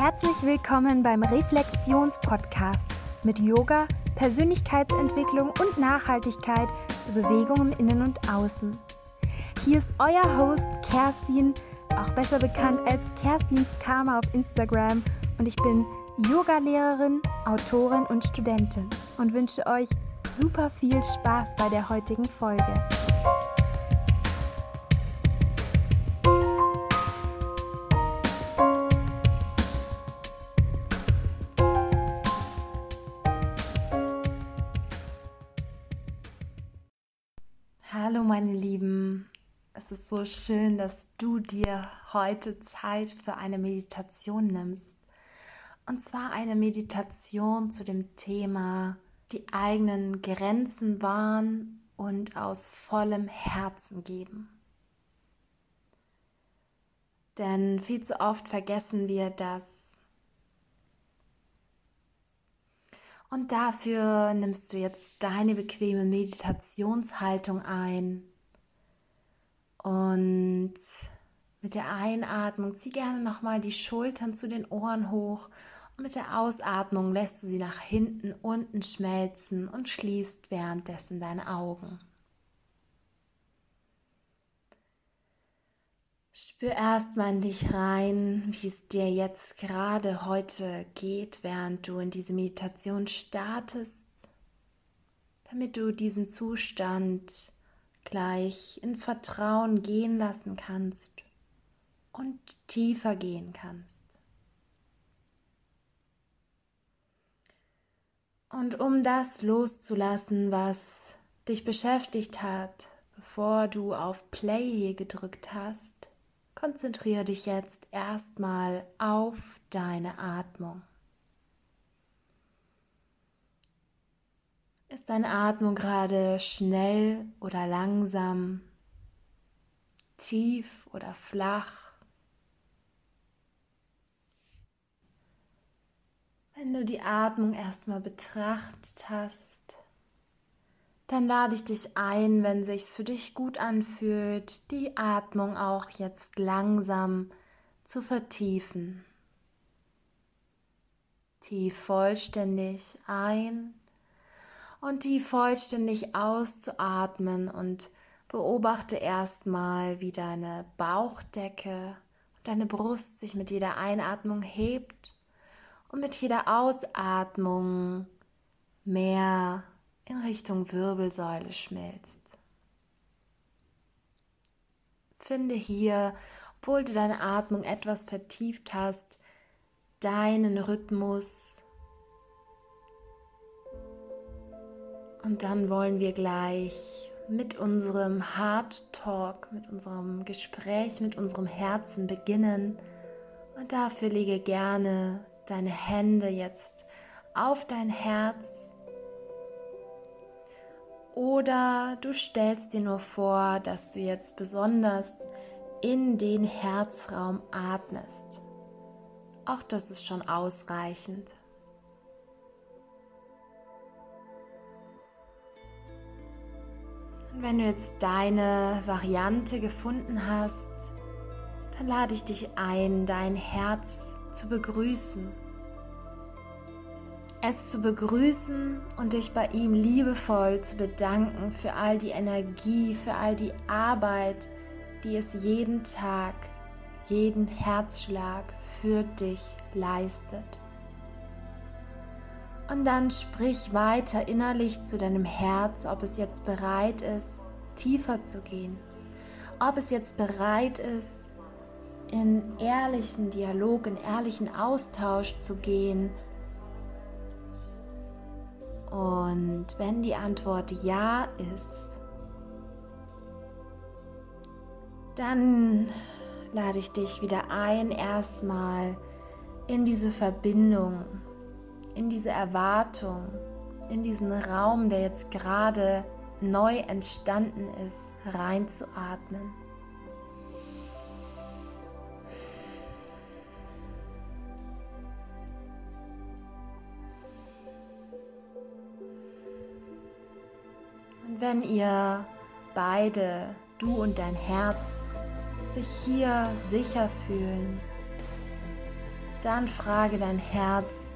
Herzlich willkommen beim Reflexions-Podcast mit Yoga, Persönlichkeitsentwicklung und Nachhaltigkeit zur Bewegung im Innen und Außen. Hier ist euer Host Kerstin, auch besser bekannt als Kerstins Karma auf Instagram, und ich bin Yogalehrerin, Autorin und Studentin und wünsche euch super viel Spaß bei der heutigen Folge. Hallo meine Lieben, es ist so schön, dass du dir heute Zeit für eine Meditation nimmst. Und zwar eine Meditation zu dem Thema die eigenen Grenzen wahren und aus vollem Herzen geben. Denn viel zu oft vergessen wir das. Und dafür nimmst du jetzt deine bequeme Meditationshaltung ein. Und mit der Einatmung zieh gerne nochmal die Schultern zu den Ohren hoch. Und mit der Ausatmung lässt du sie nach hinten unten schmelzen und schließt währenddessen deine Augen. Spür erstmal in dich rein, wie es dir jetzt gerade heute geht, während du in diese Meditation startest, damit du diesen Zustand gleich in Vertrauen gehen lassen kannst und tiefer gehen kannst. Und um das loszulassen, was dich beschäftigt hat, bevor du auf Play hier gedrückt hast, konzentriere dich jetzt erstmal auf deine Atmung. Ist deine Atmung gerade schnell oder langsam, tief oder flach? Wenn du die Atmung erstmal betrachtet hast, dann lade ich dich ein, wenn es sich für dich gut anfühlt, die Atmung auch jetzt langsam zu vertiefen. Tief vollständig ein und tief vollständig auszuatmen und beobachte erstmal, wie deine Bauchdecke und deine Brust sich mit jeder Einatmung hebt und mit jeder Ausatmung mehr in Richtung Wirbelsäule schmilzt. Finde hier, obwohl du deine Atmung etwas vertieft hast, deinen Rhythmus. Und dann wollen wir gleich mit unserem Heart Talk, mit unserem Gespräch, mit unserem Herzen beginnen. Und dafür lege gerne deine Hände jetzt auf dein Herz. Oder du stellst dir nur vor, dass du jetzt besonders in den Herzraum atmest. Auch das ist schon ausreichend. Und wenn du jetzt deine Variante gefunden hast, dann lade ich dich ein, dein Herz zu begrüßen. Es zu begrüßen und dich bei ihm liebevoll zu bedanken für all die Energie, für all die Arbeit, die es jeden Tag, jeden Herzschlag für dich leistet. Und dann sprich weiter innerlich zu deinem Herz, ob es jetzt bereit ist, tiefer zu gehen, ob es jetzt bereit ist, in ehrlichen Dialog, in ehrlichen Austausch zu gehen. Und wenn die Antwort ja ist, dann lade ich dich wieder ein, erstmal in diese Verbindung, in diese Erwartung, in diesen Raum, der jetzt gerade neu entstanden ist, reinzuatmen. Und wenn ihr beide, du und dein Herz, sich hier sicher fühlen, dann frage dein Herz: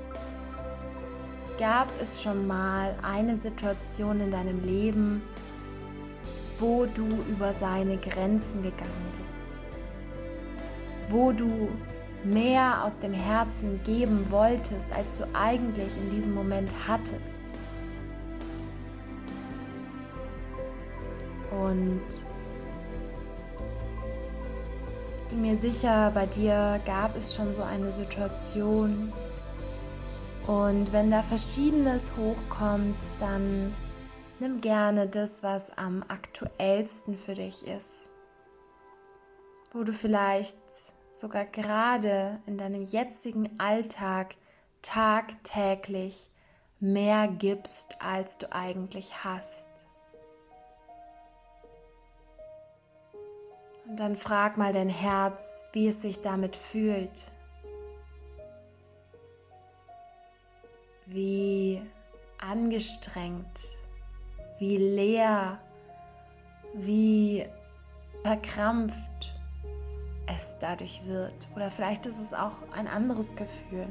Gab es schon mal eine Situation in deinem Leben, wo du über seine Grenzen gegangen bist? Wo du mehr aus dem Herzen geben wolltest, als du eigentlich in diesem Moment hattest? Und ich bin mir sicher, bei dir gab es schon so eine Situation. Und wenn da Verschiedenes hochkommt, dann nimm gerne das, was am aktuellsten für dich ist. Wo du vielleicht sogar gerade in deinem jetzigen Alltag tagtäglich mehr gibst, als du eigentlich hast. Und dann frag mal dein Herz, wie es sich damit fühlt. Wie angestrengt, wie leer, wie verkrampft es dadurch wird. Oder vielleicht ist es auch ein anderes Gefühl.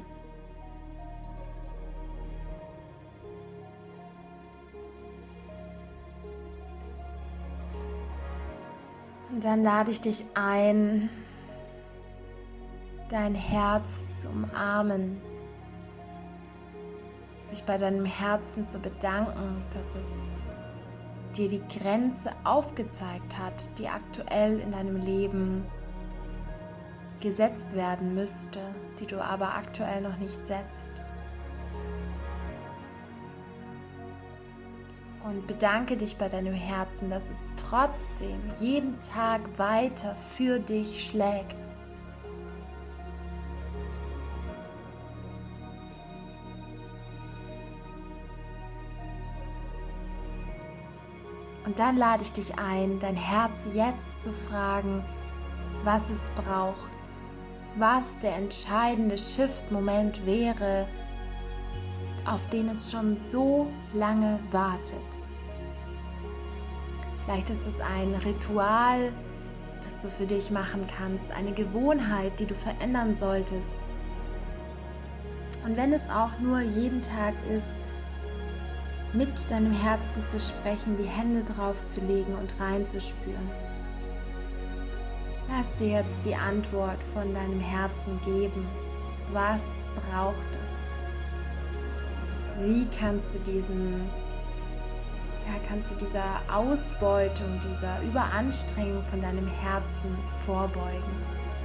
Und dann lade ich dich ein, dein Herz zu umarmen, sich bei deinem Herzen zu bedanken, dass es dir die Grenze aufgezeigt hat, die aktuell in deinem Leben gesetzt werden müsste, die du aber aktuell noch nicht setzt. Und bedanke dich bei deinem Herzen, dass es trotzdem jeden Tag weiter für dich schlägt. Und dann lade ich dich ein, dein Herz jetzt zu fragen, was es braucht, was der entscheidende Shift-Moment wäre, auf den es schon so lange wartet. Vielleicht ist es ein Ritual, das du für dich machen kannst, eine Gewohnheit, die du verändern solltest. Und wenn es auch nur jeden Tag ist, mit deinem Herzen zu sprechen, die Hände drauf zu legen und reinzuspüren. Lass dir jetzt die Antwort von deinem Herzen geben. Was braucht es? Wie kannst du dieser Ausbeutung, dieser Überanstrengung von deinem Herzen vorbeugen?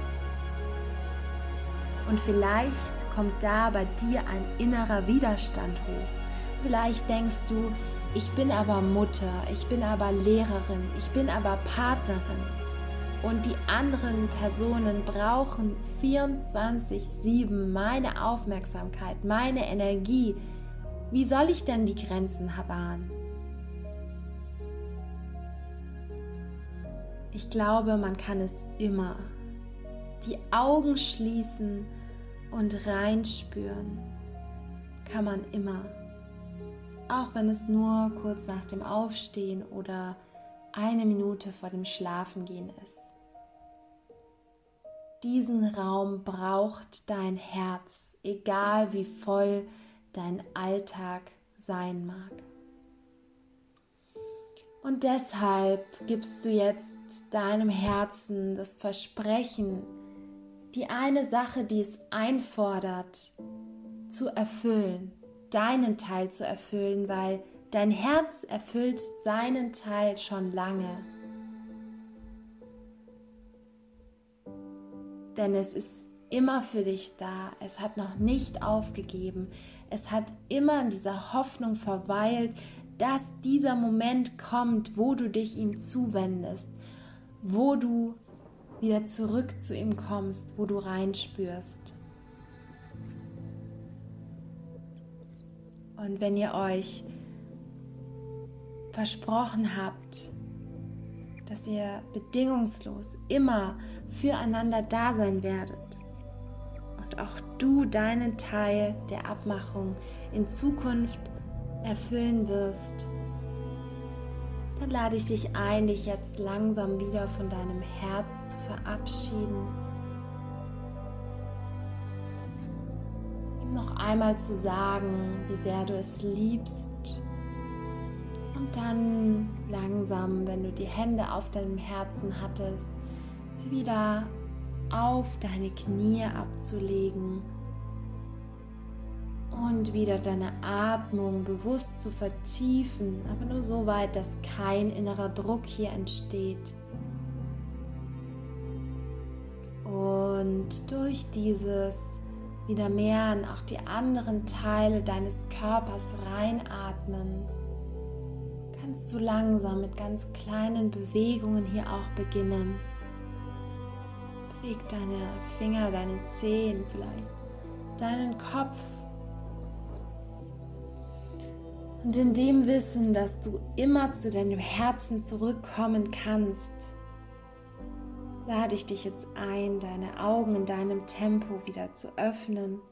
Und vielleicht kommt da bei dir ein innerer Widerstand hoch. Vielleicht denkst du, ich bin aber Mutter, ich bin aber Lehrerin, ich bin aber Partnerin und die anderen Personen brauchen 24/7 meine Aufmerksamkeit, meine Energie. Wie soll ich denn die Grenzen wahren? Ich glaube, man kann es immer. Die Augen schließen und reinspüren kann man immer. Auch wenn es nur kurz nach dem Aufstehen oder 1 Minute vor dem Schlafengehen ist. Diesen Raum braucht dein Herz, egal wie voll dein Alltag sein mag. Und deshalb gibst du jetzt deinem Herzen das Versprechen, die eine Sache, die es einfordert, zu erfüllen. Deinen Teil zu erfüllen, weil dein Herz erfüllt seinen Teil schon lange. Denn es ist immer für dich da, es hat noch nicht aufgegeben, es hat immer in dieser Hoffnung verweilt, dass dieser Moment kommt, wo du dich ihm zuwendest, wo du wieder zurück zu ihm kommst, wo du reinspürst. Und wenn ihr euch versprochen habt, dass ihr bedingungslos immer füreinander da sein werdet und auch du deinen Teil der Abmachung in Zukunft erfüllen wirst, dann lade ich dich ein, dich jetzt langsam wieder von deinem Herz zu verabschieden noch einmal zu sagen, wie sehr du es liebst. Und dann langsam, wenn du die Hände auf deinem Herzen hattest, sie wieder auf deine Knie abzulegen und wieder deine Atmung bewusst zu vertiefen, aber nur so weit, dass kein innerer Druck hier entsteht. Und durch dieses wieder mehr in auch die anderen Teile deines Körpers reinatmen, kannst du langsam mit ganz kleinen Bewegungen hier auch beginnen. Beweg deine Finger, deine Zehen vielleicht, deinen Kopf. Und in dem Wissen, dass du immer zu deinem Herzen zurückkommen kannst, lade ich dich jetzt ein, deine Augen in deinem Tempo wieder zu öffnen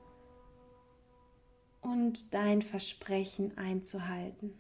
und dein Versprechen einzuhalten.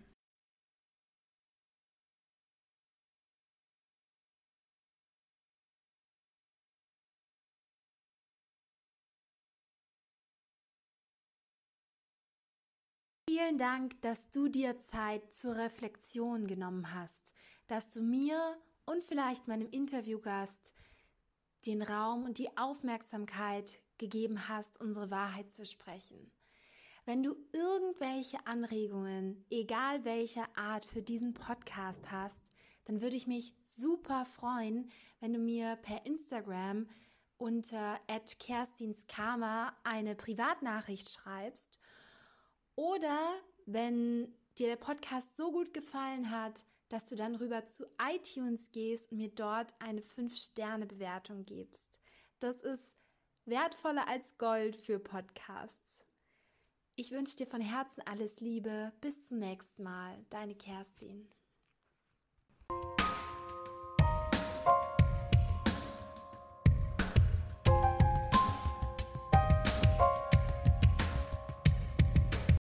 Vielen Dank, dass du dir Zeit zur Reflexion genommen hast, dass du mir und vielleicht meinem Interviewgast den Raum und die Aufmerksamkeit gegeben hast, unsere Wahrheit zu sprechen. Wenn du irgendwelche Anregungen, egal welcher Art, für diesen Podcast hast, dann würde ich mich super freuen, wenn du mir per Instagram unter @kerstinskarma eine Privatnachricht schreibst. Oder wenn dir der Podcast so gut gefallen hat, dass du dann rüber zu iTunes gehst und mir dort eine 5-Sterne-Bewertung gibst. Das ist wertvoller als Gold für Podcasts. Ich wünsche dir von Herzen alles Liebe. Bis zum nächsten Mal. Deine Kerstin.